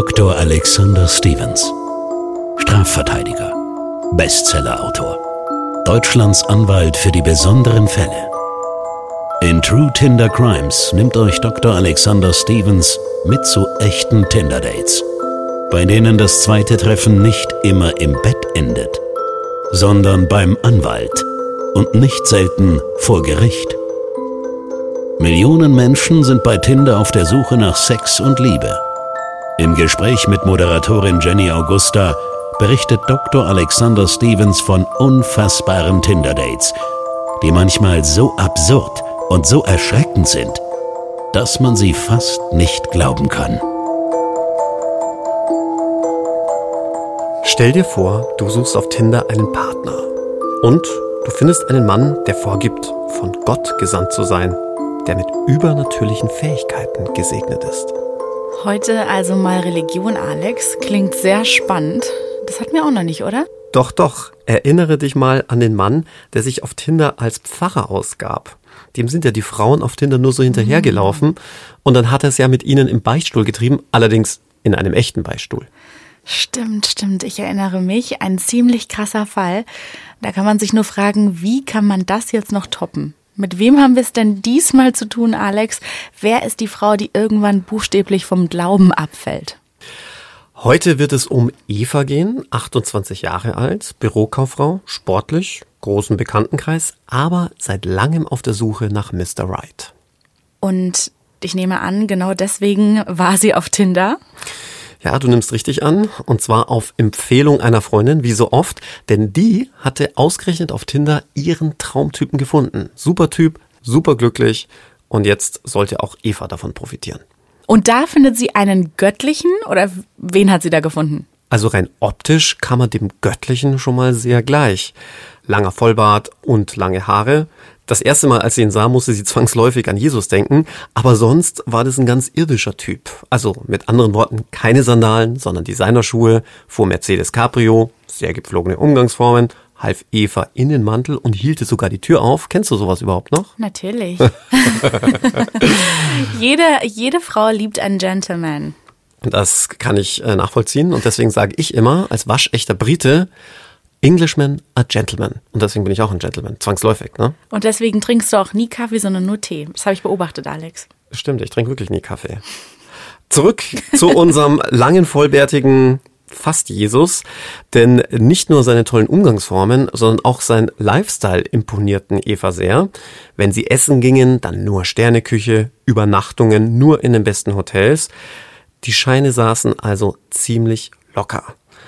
Dr. Alexander Stevens, Strafverteidiger, Bestsellerautor, Deutschlands Anwalt für die besonderen Fälle. In True Tinder Crimes nimmt euch Dr. Alexander Stevens mit zu echten Tinder-Dates, bei denen das zweite Treffen nicht immer im Bett endet, sondern beim Anwalt und nicht selten vor Gericht. Millionen Menschen sind bei Tinder auf der Suche nach Sex und Liebe. Im Gespräch mit Moderatorin Jenny Augusta berichtet Dr. Alexander Stevens von unfassbaren Tinder-Dates, die manchmal so absurd und so erschreckend sind, dass man sie fast nicht glauben kann. Stell dir vor, du suchst auf Tinder einen Partner und du findest einen Mann, der vorgibt, von Gott gesandt zu sein, der mit übernatürlichen Fähigkeiten gesegnet ist. Heute also mal Religion, Alex. Klingt sehr spannend. Das hatten wir auch noch nicht, oder? Doch. Erinnere dich mal an den Mann, der sich auf Tinder als Pfarrer ausgab. Dem sind ja die Frauen auf Tinder nur so hinterhergelaufen und dann hat er es ja mit ihnen im Beichtstuhl getrieben, allerdings in einem echten Beichtstuhl. Stimmt. Ich erinnere mich. Ein ziemlich krasser Fall. Da kann man sich nur fragen, wie kann man das jetzt noch toppen? Mit wem haben wir es denn diesmal zu tun, Alex? Wer ist die Frau, die irgendwann buchstäblich vom Glauben abfällt? Heute wird es um Eva gehen, 28 Jahre alt, Bürokauffrau, sportlich, großen Bekanntenkreis, aber seit langem auf der Suche nach Mr. Right. Und ich nehme an, genau deswegen war sie auf Tinder? Ja, du nimmst richtig an, und zwar auf Empfehlung einer Freundin, wie so oft, denn die hatte ausgerechnet auf Tinder ihren Traumtypen gefunden. Super Typ, super glücklich und jetzt sollte auch Eva davon profitieren. Und da findet sie einen göttlichen oder wen hat sie da gefunden? Also rein optisch kam er dem Göttlichen schon mal sehr gleich. Langer Vollbart und lange Haare. Das erste Mal, als sie ihn sah, musste sie zwangsläufig an Jesus denken, aber sonst war das ein ganz irdischer Typ. Also mit anderen Worten, keine Sandalen, sondern Designerschuhe, fuhr Mercedes Cabrio, sehr gepflogene Umgangsformen, half Eva in den Mantel und hielt sogar die Tür auf. Kennst du sowas überhaupt noch? Natürlich. Jede Frau liebt einen Gentleman. Das kann ich nachvollziehen und deswegen sage ich immer, als waschechter Brite, Englishman a Gentleman. Und deswegen bin ich auch ein Gentleman, zwangsläufig, ne? Und deswegen trinkst du auch nie Kaffee, sondern nur Tee. Das habe ich beobachtet, Alex. Stimmt, ich trinke wirklich nie Kaffee. Zurück zu unserem langen, vollbärtigen Fast-Jesus. Denn nicht nur seine tollen Umgangsformen, sondern auch sein Lifestyle imponierten Eva sehr. Wenn sie essen gingen, dann nur Sterneküche, Übernachtungen nur in den besten Hotels. Die Scheine saßen also ziemlich locker.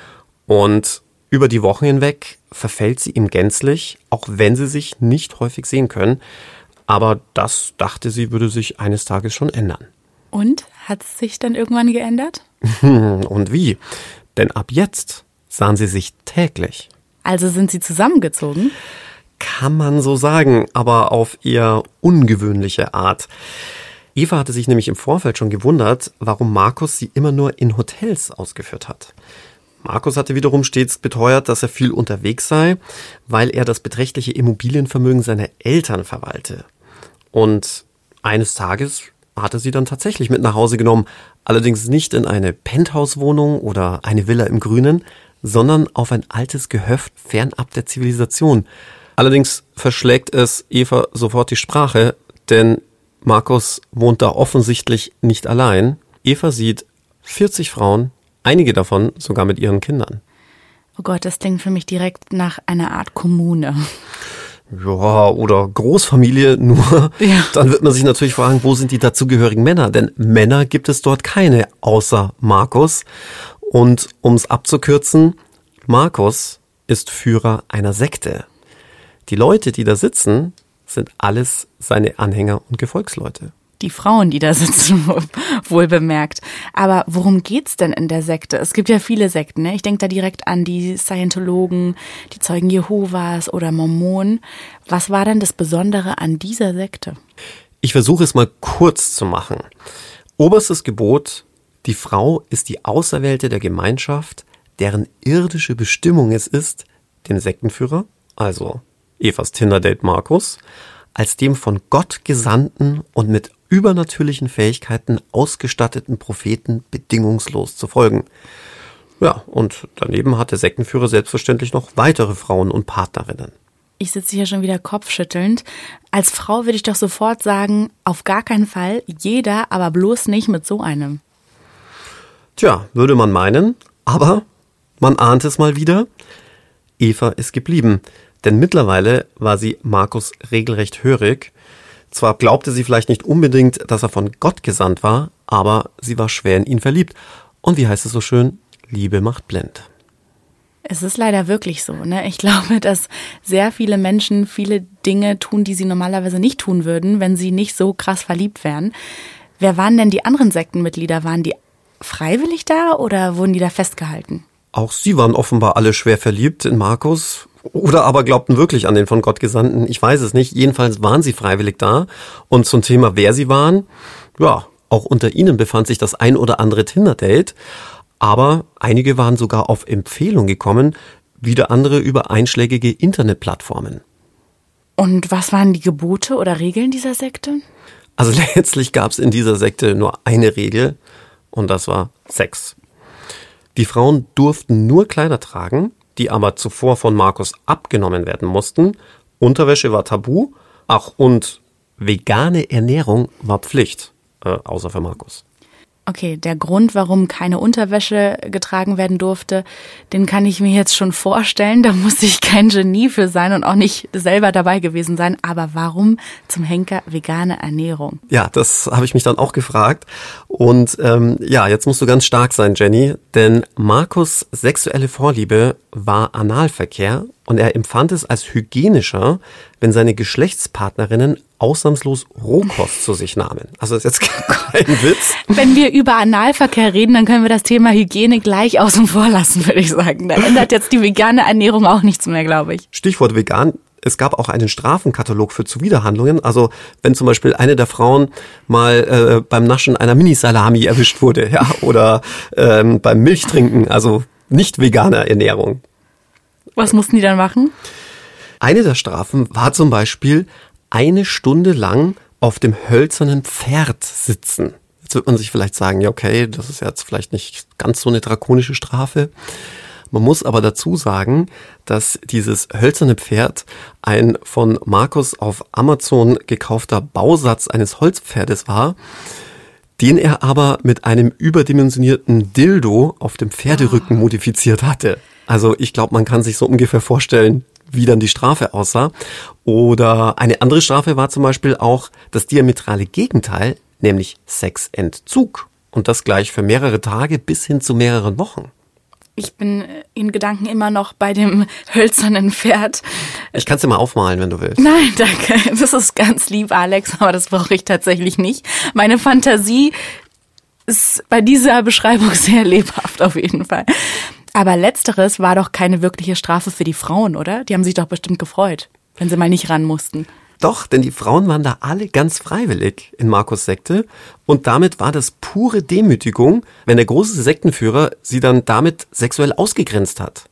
Und über die Wochen hinweg verfällt sie ihm gänzlich, auch wenn sie sich nicht häufig sehen können. Aber das, dachte sie, würde sich eines Tages schon ändern. Und? Hat es sich dann irgendwann geändert? Und wie? Denn ab jetzt sahen sie sich täglich. Also sind sie zusammengezogen? Kann man so sagen, aber auf eher ungewöhnliche Art. Eva hatte sich nämlich im Vorfeld schon gewundert, warum Markus sie immer nur in Hotels ausgeführt hat. Markus hatte wiederum stets beteuert, dass er viel unterwegs sei, weil er das beträchtliche Immobilienvermögen seiner Eltern verwalte. Und eines Tages hat er sie dann tatsächlich mit nach Hause genommen, allerdings nicht in eine Penthouse-Wohnung oder eine Villa im Grünen, sondern auf ein altes Gehöft fernab der Zivilisation. Allerdings verschlägt es Eva sofort die Sprache, denn Markus wohnt da offensichtlich nicht allein. Eva sieht 40 Frauen, einige davon sogar mit ihren Kindern. Oh Gott, das klingt für mich direkt nach einer Art Kommune. Ja, oder Großfamilie, nur ja. Dann wird man sich natürlich fragen, wo sind die dazugehörigen Männer? Denn Männer gibt es dort keine, außer Markus. Und um es abzukürzen, Markus ist Führer einer Sekte. Die Leute, die da sitzen, sind alles seine Anhänger und Gefolgsleute. Die Frauen, die da sitzen, wohl bemerkt. Aber worum geht's denn in der Sekte? Es gibt ja viele Sekten, ne? Ich denke da direkt an die Scientologen, die Zeugen Jehovas oder Mormonen. Was war denn das Besondere an dieser Sekte? Ich versuche es mal kurz zu machen. Oberstes Gebot, die Frau ist die Auserwählte der Gemeinschaft, deren irdische Bestimmung es ist, dem Sektenführer, also Evas Tinder-Date Markus, als dem von Gott gesandten und mit übernatürlichen Fähigkeiten ausgestatteten Propheten bedingungslos zu folgen. Ja, und daneben hat der Sektenführer selbstverständlich noch weitere Frauen und Partnerinnen. Ich sitze hier schon wieder kopfschüttelnd. Als Frau würde ich doch sofort sagen, auf gar keinen Fall, jeder, aber bloß nicht mit so einem. Tja, würde man meinen, aber man ahnt es mal wieder. Eva ist geblieben, denn mittlerweile war sie Markus regelrecht hörig. Zwar glaubte sie vielleicht nicht unbedingt, dass er von Gott gesandt war, aber sie war schwer in ihn verliebt. Und wie heißt es so schön? Liebe macht blind. Es ist leider wirklich so, ne? Ich glaube, dass sehr viele Menschen viele Dinge tun, die sie normalerweise nicht tun würden, wenn sie nicht so krass verliebt wären. Wer waren denn die anderen Sektenmitglieder? Waren die freiwillig da oder wurden die da festgehalten? Auch sie waren offenbar alle schwer verliebt in Markus oder aber glaubten wirklich an den von Gott Gesandten. Ich weiß es nicht. Jedenfalls waren sie freiwillig da. Und zum Thema, wer sie waren, ja, auch unter ihnen befand sich das ein oder andere Tinder-Date. Aber einige waren sogar auf Empfehlung gekommen, wieder andere über einschlägige Internetplattformen. Und was waren die Gebote oder Regeln dieser Sekte? Also letztlich gab es in dieser Sekte nur eine Regel und das war Sex. Die Frauen durften nur Kleider tragen, die aber zuvor von Markus abgenommen werden mussten. Unterwäsche war tabu, ach und vegane Ernährung war Pflicht, außer für Markus. Okay, der Grund, warum keine Unterwäsche getragen werden durfte, den kann ich mir jetzt schon vorstellen. Da muss ich kein Genie für sein und auch nicht selber dabei gewesen sein. Aber warum zum Henker vegane Ernährung? Ja, das habe ich mich dann auch gefragt. Und jetzt musst du ganz stark sein, Jenny. Denn Markus' sexuelle Vorliebe war Analverkehr und er empfand es als hygienischer, wenn seine Geschlechtspartnerinnen ausnahmslos Rohkost zu sich nahmen. Also das ist jetzt kein Witz. Wenn wir über Analverkehr reden, dann können wir das Thema Hygiene gleich außen vor lassen, würde ich sagen. Da ändert jetzt die vegane Ernährung auch nichts mehr, glaube ich. Stichwort vegan. Es gab auch einen Strafenkatalog für Zuwiderhandlungen. Also wenn zum Beispiel eine der Frauen mal beim Naschen einer Mini-Salami erwischt wurde, ja, oder beim Milchtrinken, also nicht veganer Ernährung. Was mussten die dann machen? Eine der Strafen war zum Beispiel 1 Stunde lang auf dem hölzernen Pferd sitzen. Jetzt wird man sich vielleicht sagen, ja okay, das ist jetzt vielleicht nicht ganz so eine drakonische Strafe. Man muss aber dazu sagen, dass dieses hölzerne Pferd ein von Markus auf Amazon gekaufter Bausatz eines Holzpferdes war, den er aber mit einem überdimensionierten Dildo auf dem Pferderücken modifiziert hatte. Also ich glaube, man kann sich so ungefähr vorstellen, wie dann die Strafe aussah. Oder eine andere Strafe war zum Beispiel auch das diametrale Gegenteil, nämlich Sexentzug. Und das gleich für mehrere Tage bis hin zu mehreren Wochen. Ich bin in Gedanken immer noch bei dem hölzernen Pferd. Ich kann es dir mal aufmalen, wenn du willst. Nein, danke. Das ist ganz lieb, Alex, aber das brauche ich tatsächlich nicht. Meine Fantasie ist bei dieser Beschreibung sehr lebhaft auf jeden Fall. Aber letzteres war doch keine wirkliche Strafe für die Frauen, oder? Die haben sich doch bestimmt gefreut, wenn sie mal nicht ran mussten. Doch, denn die Frauen waren da alle ganz freiwillig in Markus' Sekte und damit war das pure Demütigung, wenn der große Sektenführer sie dann damit sexuell ausgegrenzt hat.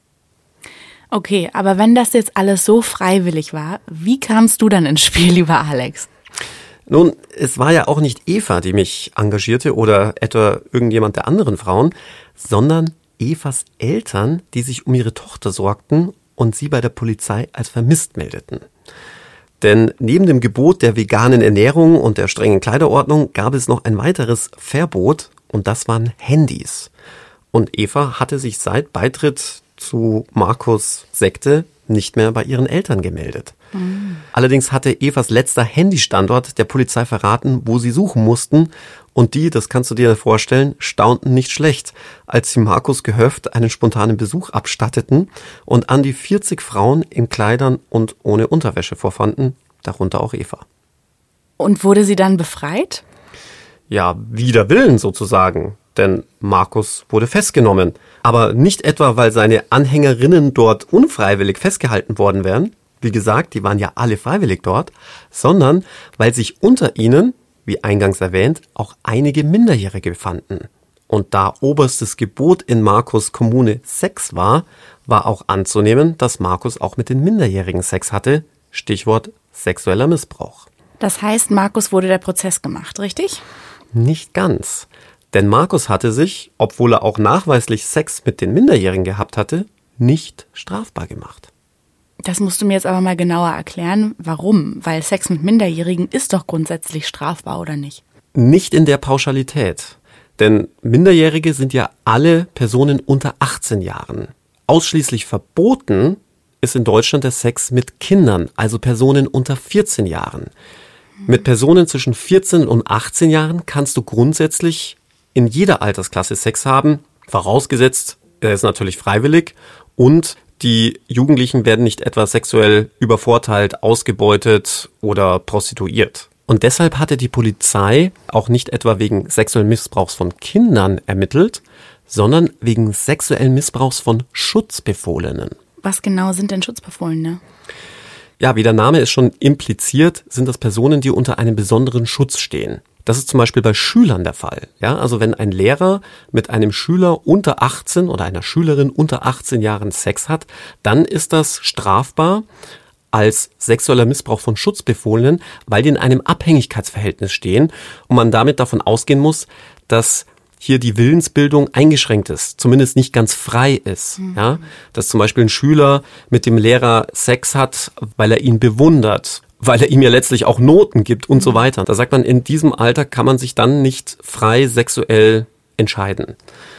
Okay, aber wenn das jetzt alles so freiwillig war, wie kamst du dann ins Spiel, lieber Alex? Nun, es war ja auch nicht Eva, die mich engagierte oder etwa irgendjemand der anderen Frauen, sondern Evas Eltern, die sich um ihre Tochter sorgten und sie bei der Polizei als vermisst meldeten. Denn neben dem Gebot der veganen Ernährung und der strengen Kleiderordnung gab es noch ein weiteres Verbot und das waren Handys. Und Eva hatte sich seit Beitritt zu Markus' Sekte nicht mehr bei ihren Eltern gemeldet. Allerdings hatte Evas letzter Handystandort der Polizei verraten, wo sie suchen mussten. Und die, das kannst du dir vorstellen, staunten nicht schlecht, als sie Markus Gehöft einen spontanen Besuch abstatteten und an die 40 Frauen in Kleidern und ohne Unterwäsche vorfanden, darunter auch Eva. Und wurde sie dann befreit? Ja, wider Willen sozusagen, denn Markus wurde festgenommen. Aber nicht etwa, weil seine Anhängerinnen dort unfreiwillig festgehalten worden wären, wie gesagt, die waren ja alle freiwillig dort, sondern weil sich unter ihnen, wie eingangs erwähnt, auch einige Minderjährige befanden. Und da oberstes Gebot in Markus' Kommune Sex war, war auch anzunehmen, dass Markus auch mit den Minderjährigen Sex hatte, Stichwort sexueller Missbrauch. Das heißt, Markus wurde der Prozess gemacht, richtig? Nicht ganz. Denn Markus hatte sich, obwohl er auch nachweislich Sex mit den Minderjährigen gehabt hatte, nicht strafbar gemacht. Das musst du mir jetzt aber mal genauer erklären. Warum? Weil Sex mit Minderjährigen ist doch grundsätzlich strafbar, oder nicht? Nicht in der Pauschalität. Denn Minderjährige sind ja alle Personen unter 18 Jahren. Ausschließlich verboten ist in Deutschland der Sex mit Kindern, also Personen unter 14 Jahren. Mit Personen zwischen 14 und 18 Jahren kannst du grundsätzlich in jeder Altersklasse Sex haben, vorausgesetzt, er ist natürlich freiwillig und die Jugendlichen werden nicht etwa sexuell übervorteilt, ausgebeutet oder prostituiert. Und deshalb hatte die Polizei auch nicht etwa wegen sexuellen Missbrauchs von Kindern ermittelt, sondern wegen sexuellen Missbrauchs von Schutzbefohlenen. Was genau sind denn Schutzbefohlene? Ja, wie der Name es schon impliziert, sind das Personen, die unter einem besonderen Schutz stehen. Das ist zum Beispiel bei Schülern der Fall. Ja, also wenn ein Lehrer mit einem Schüler unter 18 oder einer Schülerin unter 18 Jahren Sex hat, dann ist das strafbar als sexueller Missbrauch von Schutzbefohlenen, weil die in einem Abhängigkeitsverhältnis stehen und man damit davon ausgehen muss, dass hier die Willensbildung eingeschränkt ist, zumindest nicht ganz frei ist. Ja, dass zum Beispiel ein Schüler mit dem Lehrer Sex hat, weil er ihn bewundert, weil er ihm ja letztlich auch Noten gibt und so weiter. Da sagt man, in diesem Alter kann man sich dann nicht frei sexuell entscheiden.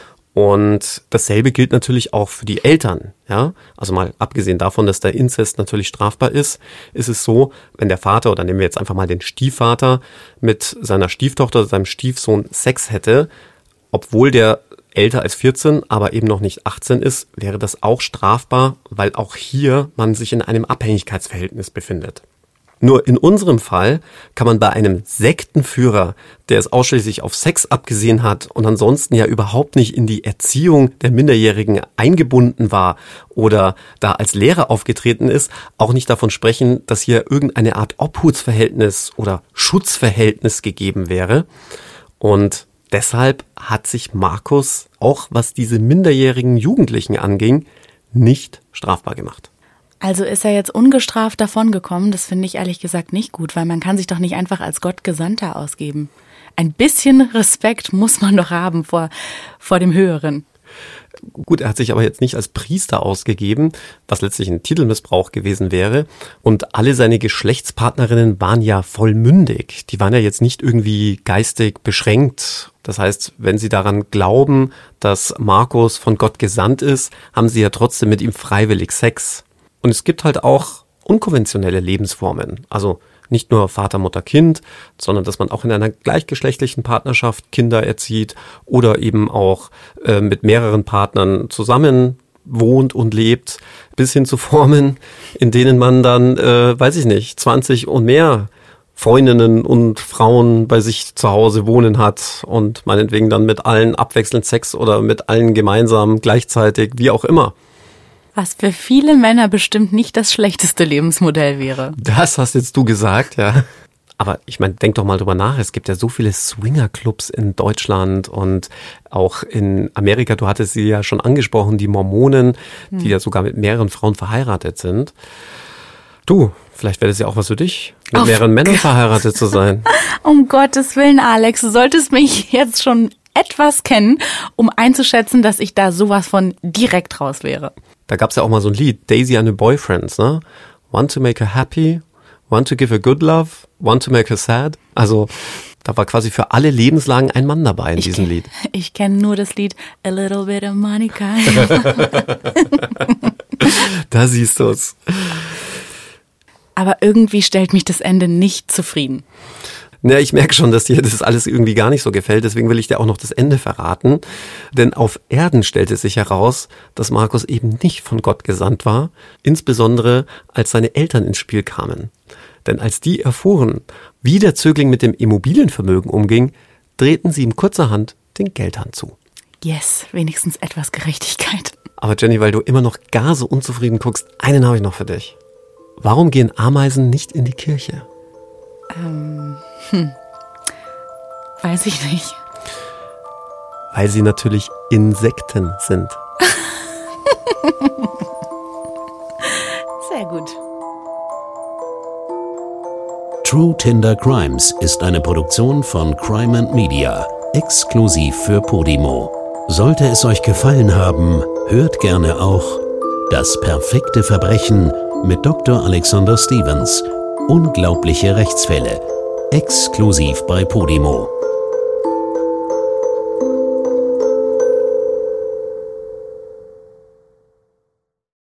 Und dasselbe gilt natürlich auch für die Eltern. Ja, also mal abgesehen davon, dass der Inzest natürlich strafbar ist, ist es so, wenn der Vater, oder nehmen wir jetzt einfach mal den Stiefvater, mit seiner Stieftochter, seinem Stiefsohn Sex hätte, obwohl der älter als 14, aber eben noch nicht 18 ist, wäre das auch strafbar, weil auch hier man sich in einem Abhängigkeitsverhältnis befindet. Nur in unserem Fall kann man bei einem Sektenführer, der es ausschließlich auf Sex abgesehen hat und ansonsten ja überhaupt nicht in die Erziehung der Minderjährigen eingebunden war oder da als Lehrer aufgetreten ist, auch nicht davon sprechen, dass hier irgendeine Art Obhutsverhältnis oder Schutzverhältnis gegeben wäre. Und deshalb hat sich Markus, auch was diese minderjährigen Jugendlichen anging, nicht strafbar gemacht. Also ist er jetzt ungestraft davongekommen? Das finde ich ehrlich gesagt nicht gut, weil man kann sich doch nicht einfach als Gottgesandter ausgeben. Ein bisschen Respekt muss man doch haben vor dem Höheren. Gut, er hat sich aber jetzt nicht als Priester ausgegeben, was letztlich ein Titelmissbrauch gewesen wäre. Und alle seine Geschlechtspartnerinnen waren ja vollmündig. Die waren ja jetzt nicht irgendwie geistig beschränkt. Das heißt, wenn sie daran glauben, dass Markus von Gott gesandt ist, haben sie ja trotzdem mit ihm freiwillig Sex. Und es gibt halt auch unkonventionelle Lebensformen. Also nicht nur Vater, Mutter, Kind, sondern dass man auch in einer gleichgeschlechtlichen Partnerschaft Kinder erzieht oder eben auch mit mehreren Partnern zusammen wohnt und lebt, bis hin zu Formen, in denen man dann, 20 und mehr Freundinnen und Frauen bei sich zu Hause wohnen hat und meinetwegen dann mit allen abwechselnd Sex oder mit allen gemeinsam gleichzeitig, wie auch immer. Was für viele Männer bestimmt nicht das schlechteste Lebensmodell wäre. Das hast jetzt du gesagt, ja. Aber ich meine, denk doch mal drüber nach. Es gibt ja so viele Swingerclubs in Deutschland und auch in Amerika. Du hattest sie ja schon angesprochen, die Mormonen, die ja sogar mit mehreren Frauen verheiratet sind. Du, vielleicht wäre das ja auch was für dich, mit mehreren Männern verheiratet zu sein. Um Gottes Willen, Alex, du solltest mich jetzt schon etwas kennen, um einzuschätzen, dass ich da sowas von direkt raus wäre. Da gab's ja auch mal so ein Lied, Daisy and her Boyfriends, ne? Want to make her happy, want to give her good love, want to make her sad. Also da war quasi für alle Lebenslagen ein Mann dabei in diesem Lied. Ich kenne nur das Lied A Little Bit of Monica. Da siehst du's. Aber irgendwie stellt mich das Ende nicht zufrieden. Ja, ich merke schon, dass dir das alles irgendwie gar nicht so gefällt, deswegen will ich dir auch noch das Ende verraten. Denn auf Erden stellte sich heraus, dass Markus eben nicht von Gott gesandt war, insbesondere als seine Eltern ins Spiel kamen. Denn als die erfuhren, wie der Zögling mit dem Immobilienvermögen umging, drehten sie ihm kurzerhand den Geldhahn zu. Yes, wenigstens etwas Gerechtigkeit. Aber Jenny, weil du immer noch gar so unzufrieden guckst, einen habe ich noch für dich. Warum gehen Ameisen nicht in die Kirche? Weiß ich nicht. Weil sie natürlich Insekten sind. Sehr gut. True Tinder Crimes ist eine Produktion von Crime & Media, exklusiv für Podimo. Sollte es euch gefallen haben, hört gerne auch Das perfekte Verbrechen mit Dr. Alexander Stevens. Unglaubliche Rechtsfälle. Exklusiv bei Podimo.